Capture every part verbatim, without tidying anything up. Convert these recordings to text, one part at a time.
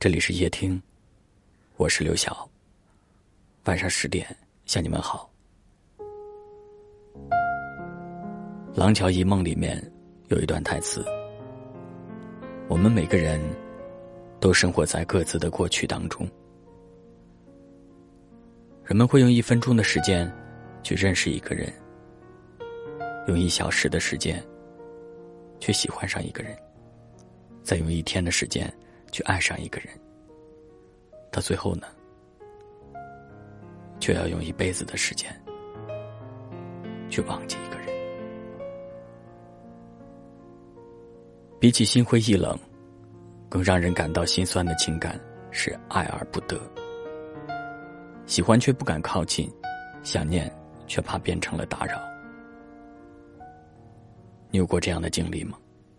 这里是夜听，我是刘晓。晚上十点向你们好。《廊桥遗梦》里面有一段台词：我们每个人都生活在各自的过去当中。人们会用一分钟的时间去认识一个人，用一小时的时间去喜欢上一个人，再用一天的时间去爱上一个人，到最后呢，却要用一辈子的时间去忘记一个人。比起心灰意冷，更让人感到心酸的情感是爱而不得。喜欢却不敢靠近，想念却怕变成了打扰。你有过这样的经历吗？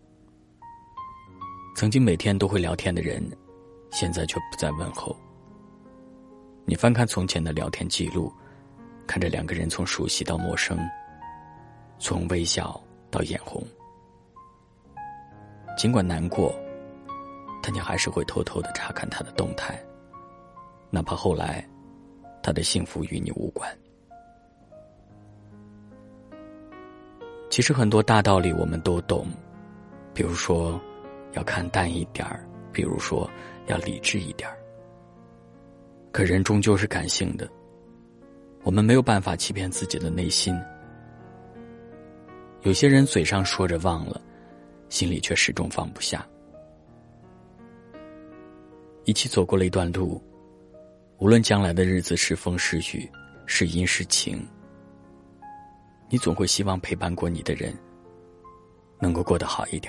曾经每天都会聊天的人，现在却不再问候。你翻看从前的聊天记录，看着两个人从熟悉到陌生，从微笑到眼红。尽管难过，但你还是会偷偷地查看他的动态，哪怕后来他的幸福与你无关。其实很多大道理我们都懂，比如说要看淡一点儿，比如说要理智一点儿。可人终究是感性的，我们没有办法欺骗自己的内心。有些人嘴上说着忘了，心里却始终放不下。一起走过了一段路，无论将来的日子是风是雨，是阴是晴，你总会希望陪伴过你的人能够过得好一点。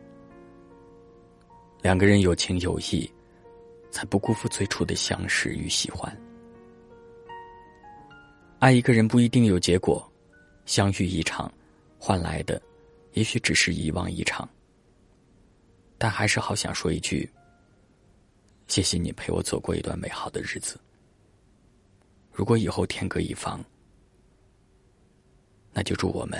两个人有情有义，才不辜负最初的相识与喜欢。爱一个人不一定有结果，相遇一场，换来的也许只是遗忘一场。但还是好想说一句，谢谢你陪我走过一段美好的日子。如果以后天各一方，那就祝我们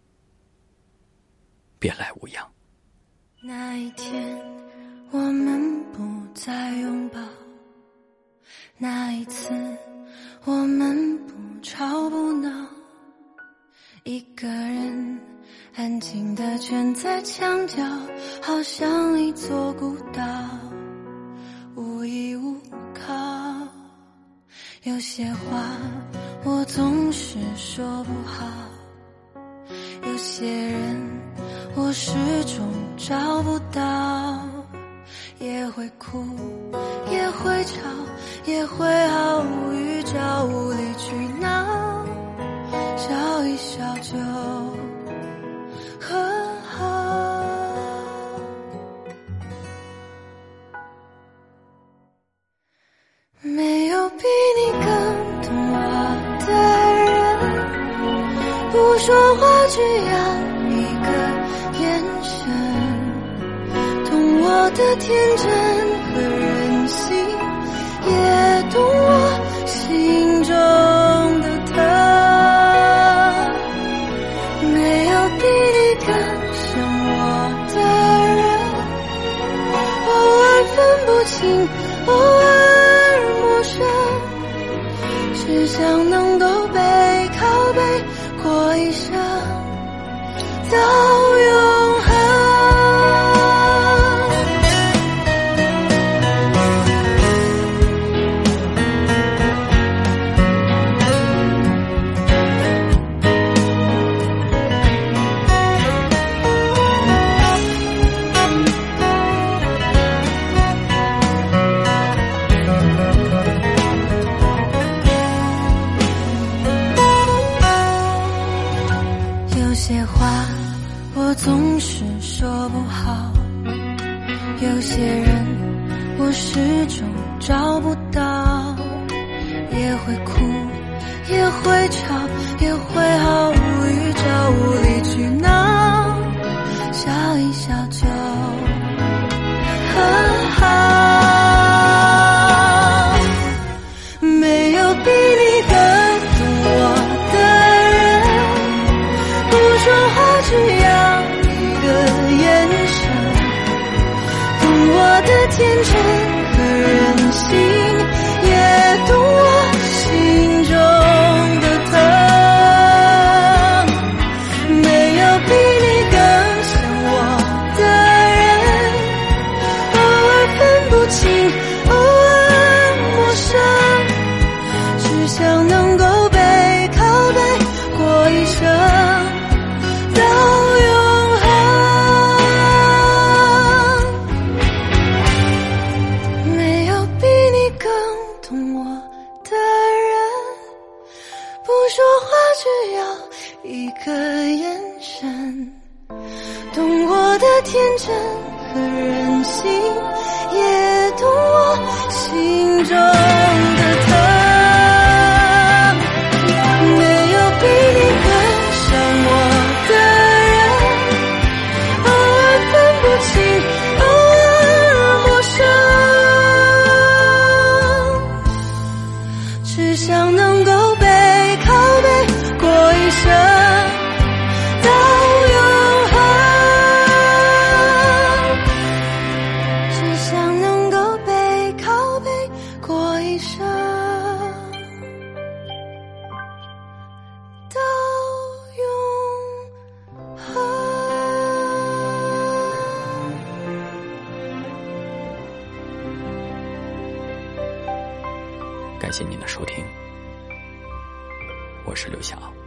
别来无恙。 那一天我们不再拥抱，那一次我们不吵不闹，一个人安静地蜷在墙角，好像一座孤岛，无依无靠。有些话我总是说不好，有些人我始终找不到，也会哭也会吵也会毫无预兆无理取闹，笑一笑就很好。没有比你更懂我的人，不说话只要一个眼神，懂我的天真和任性，也懂我心中的疼。没有比你更像我的人，偶尔分不清，偶尔陌生，只想能够背靠背过一生，到永恒。有些话我总是说不好，有些人我始终找不到，也会哭也会吵也会毫无预兆无理取闹，笑一笑就很好。没有比你更懂我的人，不说话只要一个眼神，懂我的天真和一个眼神，懂我的天真和任性，也懂我心中的疼。没有比你更像我的人，偶尔分不清，偶尔陌生，只想能够背靠背过一生到永恒，只想能够背靠背过一生到永恒。 感谢您的收听，我是刘晓。